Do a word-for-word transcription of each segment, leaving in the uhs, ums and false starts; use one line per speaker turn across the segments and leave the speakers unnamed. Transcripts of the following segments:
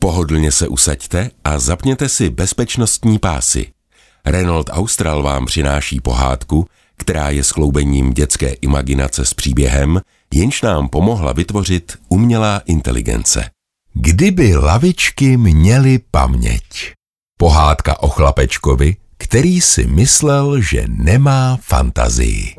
Pohodlně se usaďte a zapněte si bezpečnostní pásy. Renault Austral vám přináší pohádku, která je skloubením dětské imaginace s příběhem, jenž nám pomohla vytvořit umělá inteligence.
Kdyby lavičky měly paměť. Pohádka o chlapečkovi, který si myslel, že nemá fantazii.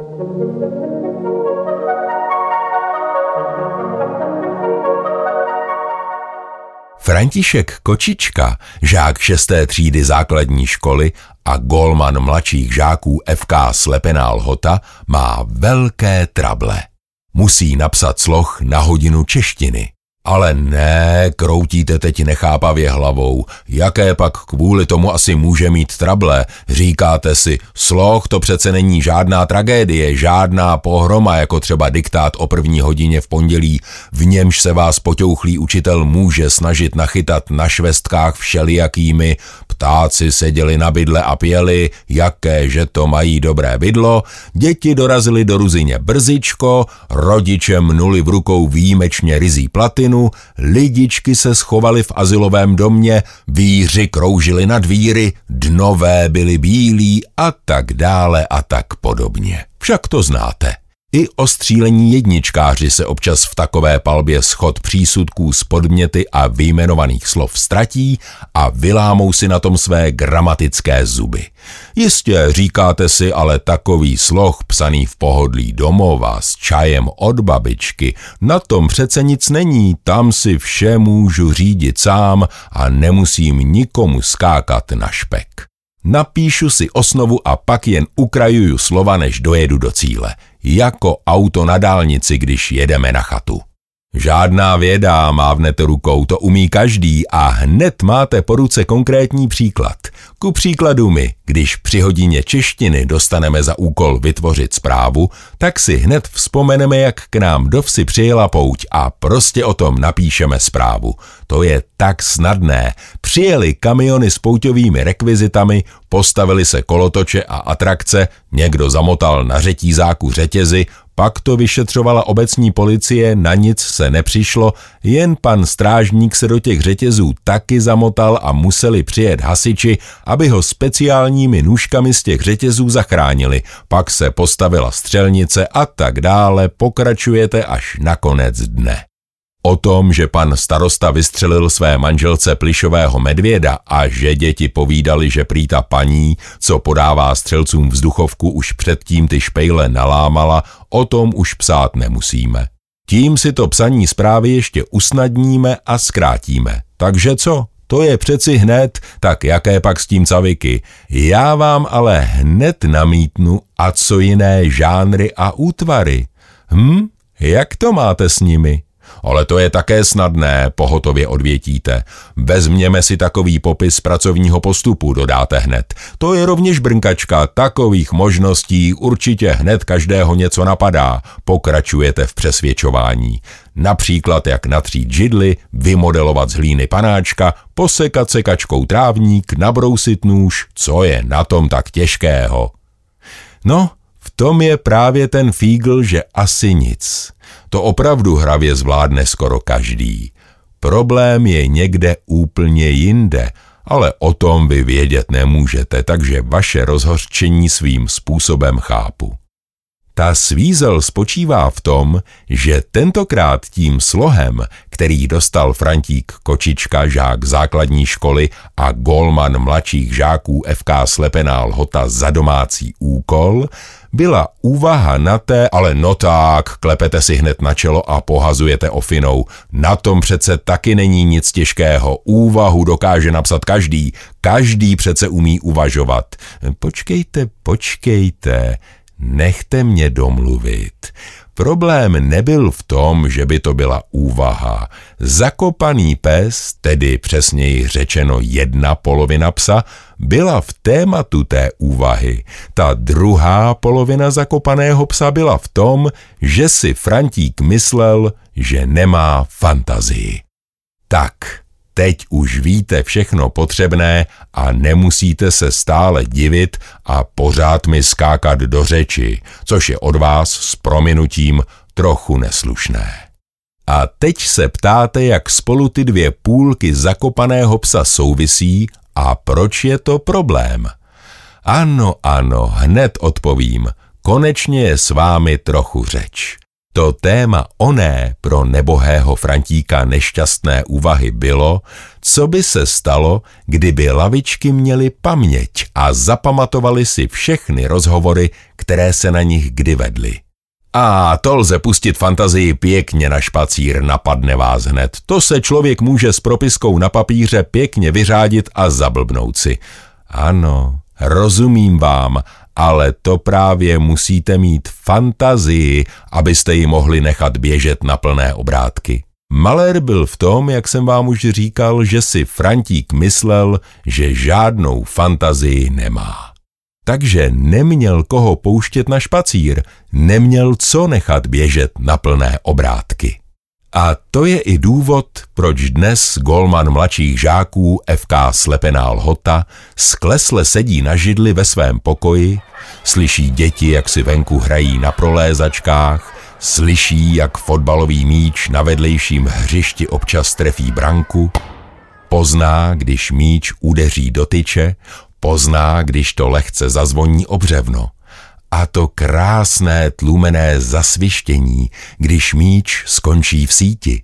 František Kočička, žák šesté třídy základní školy a golman mladších žáků F K Slepená Lhota, má velké trable. Musí napsat sloh na hodinu češtiny. Ale ne, kroutíte teď nechápavě hlavou. Jaké pak kvůli tomu asi může mít trable? Říkáte si, sloh to přece není žádná tragédie, žádná pohroma, jako třeba diktát o první hodině v pondělí, v němž se vás poťouchlý učitel může snažit nachytat na švestkách všelijakými. Ptáci seděli na bydle a pěli, jaké že to mají dobré bydlo, děti dorazily do Ruzyně brzičko, rodiče mnuli v rukou výjimečně ryzí platinu, lidičky se schovaly v azylovém domě, víři kroužili nad víry, dnové byly bílí a tak dále a tak podobně. Však to znáte. I ostřílení jedničkáři se občas v takové palbě schod přísudků z podměty a vyjmenovaných slov ztratí a vylámou si na tom své gramatické zuby. Jistě, říkáte si, ale takový sloh psaný v pohodlí domova s čajem od babičky, na tom přece nic není, tam si vše můžu řídit sám a nemusím nikomu skákat na špek. Napíšu si osnovu a pak jen ukrajuju slova, než dojedu do cíle. Jako auto na dálnici, když jedeme na chatu. Žádná věda, mávnete rukou, to umí každý a hned máte po ruce konkrétní příklad. Ku příkladu my, když při hodině češtiny dostaneme za úkol vytvořit zprávu, tak si hned vzpomeneme, jak k nám do vsi přijela pouť a prostě o tom napíšeme zprávu. To je tak snadné. Přijeli kamiony s pouťovými rekvizitami, postavili se kolotoče a atrakce, někdo zamotal na řetízáku řetězy, pak to vyšetřovala obecní policie, na nic se nepřišlo, jen pan strážník se do těch řetězů taky zamotal a museli přijet hasiči, aby ho speciálními nůžkami z těch řetězů zachránili. Pak se postavila střelnice a tak dále, pokračujete až na konec dne. O tom, že pan starosta vystřelil své manželce plyšového medvěda a že děti povídali, že prý ta paní, co podává střelcům vzduchovku, už předtím ty špejle nalámala, o tom už psát nemusíme. Tím si to psaní zprávy ještě usnadníme a zkrátíme. Takže co? To je přeci hned, tak jaké pak s tím caviky? Já vám ale hned namítnu, a co jiné žánry a útvary. Hm? Jak to máte s nimi? Ale to je také snadné, pohotově odvětíte. Vezměme si takový popis pracovního postupu, dodáte hned. To je rovněž brnkačka, takových možností určitě hned každého něco napadá. Pokračujete v přesvědčování. Například jak natřít židli, vymodelovat z hlíny panáčka, posekat sekačkou trávník, nabrousit nůž, co je na tom tak těžkého. No, v tom je právě ten fígl, že asi nic. To opravdu hravě zvládne skoro každý. Problém je někde úplně jinde, ale o tom vy vědět nemůžete, takže vaše rozhořčení svým způsobem chápu. Ta svízel spočívá v tom, že tentokrát tím slohem, který dostal Frantík Kočička, žák základní školy a golman mladších žáků F K Slepená Lhota za domácí úkol, byla úvaha na té, ale no tak, klepete si hned na čelo a pohazujete ofinou. Na tom přece taky není nic těžkého. Úvahu dokáže napsat každý. Každý přece umí uvažovat. Počkejte, počkejte. Nechte mě domluvit. Problém nebyl v tom, že by to byla úvaha. Zakopaný pes, tedy přesněji řečeno jedna polovina psa, byla v tématu té úvahy. Ta druhá polovina zakopaného psa byla v tom, že si Frantík myslel, že nemá fantazii. Tak, teď už víte všechno potřebné a nemusíte se stále divit a pořád mi skákat do řeči, což je od vás s prominutím trochu neslušné. A teď se ptáte, jak spolu ty dvě půlky zakopaného psa souvisí a proč je to problém? Ano, ano, hned odpovím. Konečně je s vámi trochu řeč. To téma oné pro nebohého Frantíka nešťastné úvahy bylo, co by se stalo, kdyby lavičky měly paměť a zapamatovali si všechny rozhovory, které se na nich kdy vedly. A to lze pustit fantazii pěkně na špacír, napadne vás hned. To se člověk může s propiskou na papíře pěkně vyřádit a zablbnout si. Ano, rozumím vám, ale to právě musíte mít fantazii, abyste ji mohli nechat běžet na plné obrátky. Malér byl v tom, jak jsem vám už říkal, že si Frantík myslel, že žádnou fantazii nemá. Takže neměl koho pouštět na špacír, neměl co nechat běžet na plné obrátky. A to je i důvod, proč dnes golman mladších žáků F K Slepená Lhota sklesle sedí na židli ve svém pokoji, slyší děti, jak si venku hrají na prolézačkách, slyší, jak fotbalový míč na vedlejším hřišti občas trefí branku, pozná, když míč udeří do tyče, pozná, když to lehce zazvoní o břevno. A to krásné tlumené zasvištění, když míč skončí v síti.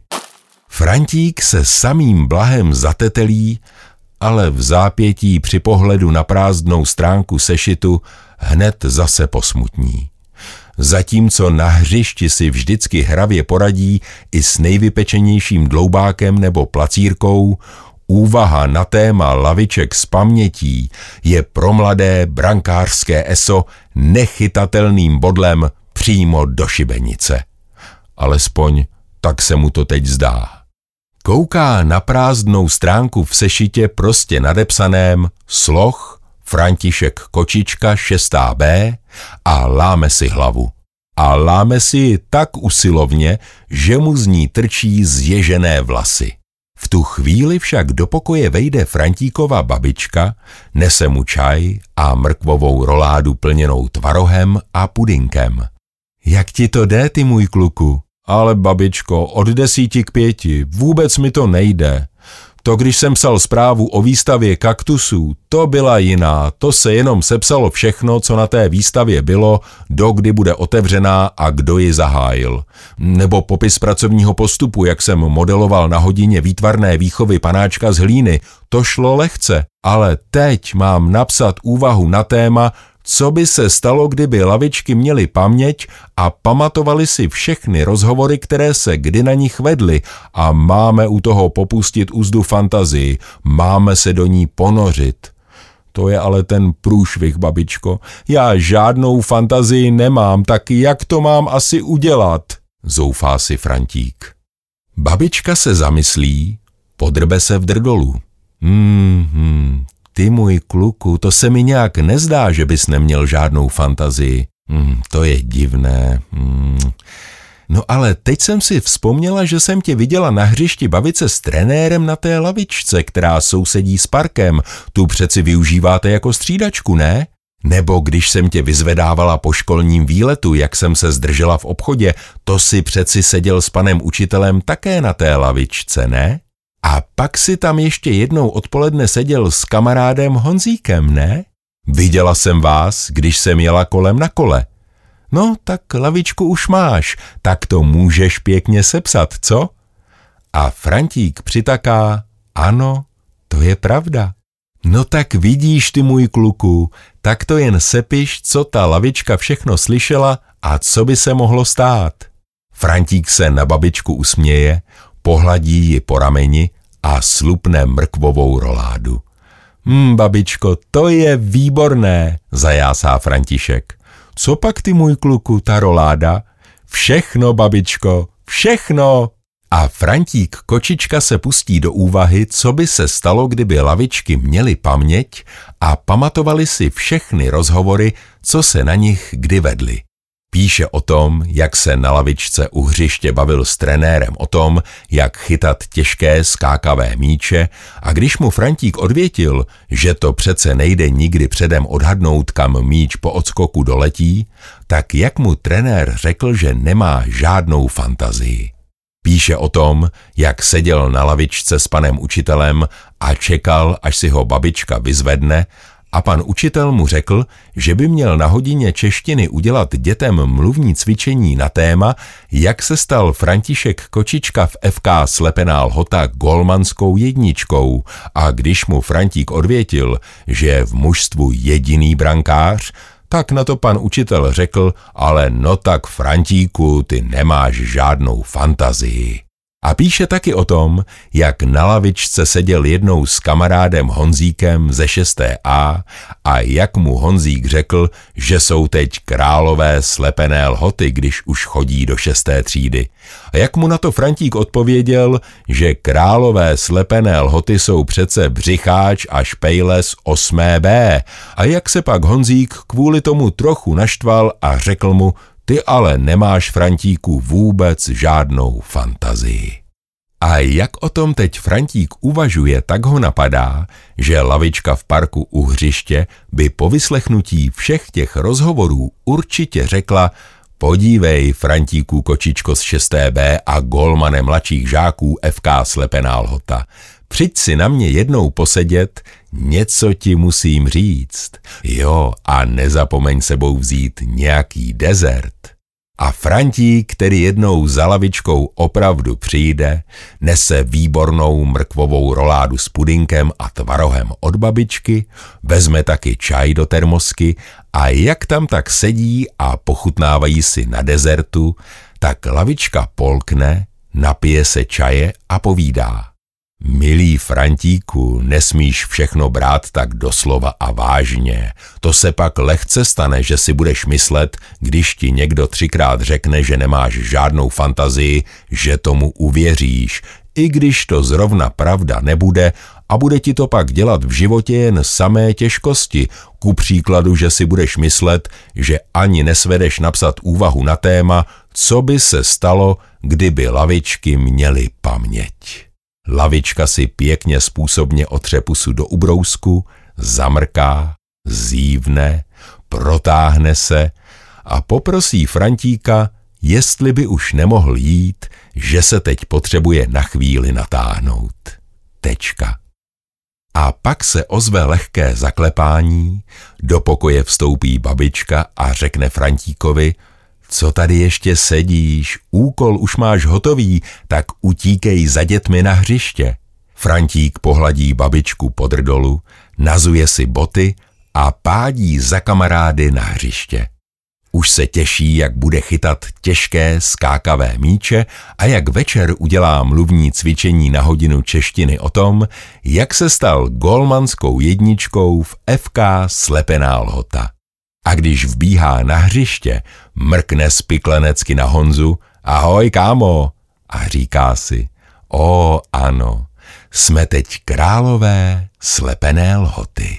Frantík se samým blahem zatetelí, ale v zápětí při pohledu na prázdnou stránku sešitu hned zase posmutní. Zatímco na hřišti si vždycky hravě poradí i s nejvypečenějším dloubákem nebo placírkou, úvaha na téma laviček z pamětí je pro mladé brankářské eso nechytatelným bodlem přímo do šibenice. Alespoň tak se mu to teď zdá. Kouká na prázdnou stránku v sešitě prostě nadepsaném Sloh František Kočička šestá bé a láme si hlavu. A láme si ji tak usilovně, že mu z ní trčí zježené vlasy. V tu chvíli však do pokoje vejde Frantíkova babička, nese mu čaj a mrkvovou roládu plněnou tvarohem a pudinkem. Jak ti to jde, ty můj kluku? Ale babičko, od desíti k pěti, vůbec mi to nejde. To, když jsem psal zprávu o výstavě kaktusů, to byla jiná, to se jenom sepsalo všechno, co na té výstavě bylo, dokdy bude otevřená a kdo ji zahájil. Nebo popis pracovního postupu, jak jsem modeloval na hodině výtvarné výchovy panáčka z hlíny, to šlo lehce, ale teď mám napsat úvahu na téma, co by se stalo, kdyby lavičky měly paměť a pamatovali si všechny rozhovory, které se kdy na nich vedly a máme u toho popustit úzdu fantazii, máme se do ní ponořit. To je ale ten průšvih, babičko. Já žádnou fantazii nemám, tak jak to mám asi udělat? Zoufá si Frantík. Babička se zamyslí, podrbe se v drdolu. Hmm, hmm. Ty můj kluku, to se mi nějak nezdá, že bys neměl žádnou fantazii. Hmm, to je divné. Hmm. No ale teď jsem si vzpomněla, že jsem tě viděla na hřišti bavit se s trenérem na té lavičce, která sousedí s parkem. Tu přeci využíváte jako střídačku, ne? Nebo když jsem tě vyzvedávala po školním výletu, jak jsem se zdržela v obchodě, to si přeci seděl s panem učitelem také na té lavičce, ne? A pak si tam ještě jednou odpoledne seděl s kamarádem Honzíkem, ne? Viděla jsem vás, když jsem jela kolem na kole. No, tak lavičku už máš, tak to můžeš pěkně sepsat, co? A Frantík přitaká, ano, to je pravda. No tak vidíš ty, můj kluku, tak to jen sepiš, co ta lavička všechno slyšela a co by se mohlo stát. Frantík se na babičku usměje, pohladí ji po rameni a slupne mrkvovou roládu. Hm, babičko, to je výborné, zajásá František. Co pak ty, můj kluku, ta roláda? Všechno, babičko, všechno. A Frantík Kočička se pustí do úvahy, co by se stalo, kdyby lavičky měly paměť a pamatovali si všechny rozhovory, co se na nich kdy vedly. Píše o tom, jak se na lavičce u hřiště bavil s trenérem o tom, jak chytat těžké skákavé míče, a když mu Frantík odvětil, že to přece nejde nikdy předem odhadnout, kam míč po odskoku doletí, tak jak mu trenér řekl, že nemá žádnou fantazii. Píše o tom, jak seděl na lavičce s panem učitelem a čekal, až si ho babička vyzvedne, a pan učitel mu řekl, že by měl na hodině češtiny udělat dětem mluvní cvičení na téma, jak se stal František Kočička v F K Slepená Lhota golmanskou jedničkou, a když mu Frantík odvětil, že je v mužstvu jediný brankář, tak na to pan učitel řekl, ale no tak Frantíku, ty nemáš žádnou fantazii. A píše taky o tom, jak na lavičce seděl jednou s kamarádem Honzíkem ze šesté A a jak mu Honzík řekl, že jsou teď králové Slepené Lhoty, když už chodí do šesté třídy. A jak mu na to Frantík odpověděl, že králové Slepené Lhoty jsou přece Břicháč a Špejle z osmé B. A jak se pak Honzík kvůli tomu trochu naštval a řekl mu, ty ale nemáš, Frantíku, vůbec žádnou fantazii. A jak o tom teď Frantík uvažuje, tak ho napadá, že lavička v parku u hřiště by po vyslechnutí všech těch rozhovorů určitě řekla, podívej, Frantíku Kočičko z šesté B a golmane mladších žáků F K Slepená Lhota, přijď si na mě jednou posedět, něco ti musím říct. Jo, a nezapomeň sebou vzít nějaký dezert. A Frantík, který jednou za lavičkou opravdu přijde, nese výbornou mrkvovou roládu s pudinkem a tvarohem od babičky, vezme taky čaj do termosky a jak tam tak sedí a pochutnávají si na dezertu, tak lavička polkne, napije se čaje a povídá. Milý Frantíku, nesmíš všechno brát tak doslova a vážně. To se pak lehce stane, že si budeš myslet, když ti někdo třikrát řekne, že nemáš žádnou fantazii, že tomu uvěříš, i když to zrovna pravda nebude a bude ti to pak dělat v životě jen samé těžkosti. Ku příkladu, že si budeš myslet, že ani nesvedeš napsat úvahu na téma, co by se stalo, kdyby lavičky měly paměť. Lavička si pěkně způsobně otře pusu do ubrousku, zamrká, zívne, protáhne se a poprosí Frantíka, jestli by už nemohl jít, že se teď potřebuje na chvíli natáhnout. Tečka. A pak se ozve lehké zaklepání, do pokoje vstoupí babička a řekne Frantíkovi, co tady ještě sedíš, úkol už máš hotový, tak utíkej za dětmi na hřiště. Frantík pohladí babičku pod rdolu, nazuje si boty a pádí za kamarády na hřiště. Už se těší, jak bude chytat těžké skákavé míče a jak večer udělá mluvní cvičení na hodinu češtiny o tom, jak se stal golmanskou jedničkou v F K Slepená Lhota. A když vbíhá na hřiště, mrkne spiklenecky na Honzu, ahoj kámo, a říká si, o ano, jsme teď králové Slepené Lhoty.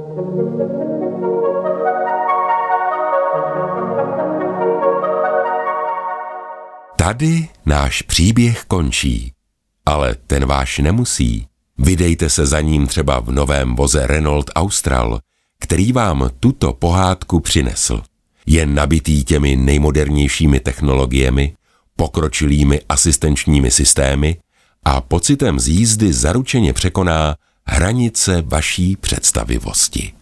Tady náš příběh končí, ale ten váš nemusí. Vydejte se za ním třeba v novém voze Renault Austral, který vám tuto pohádku přinesl. Je nabitý těmi nejmodernějšími technologiemi, pokročilými asistenčními systémy a pocitem z jízdy zaručeně překoná hranice vaší představivosti.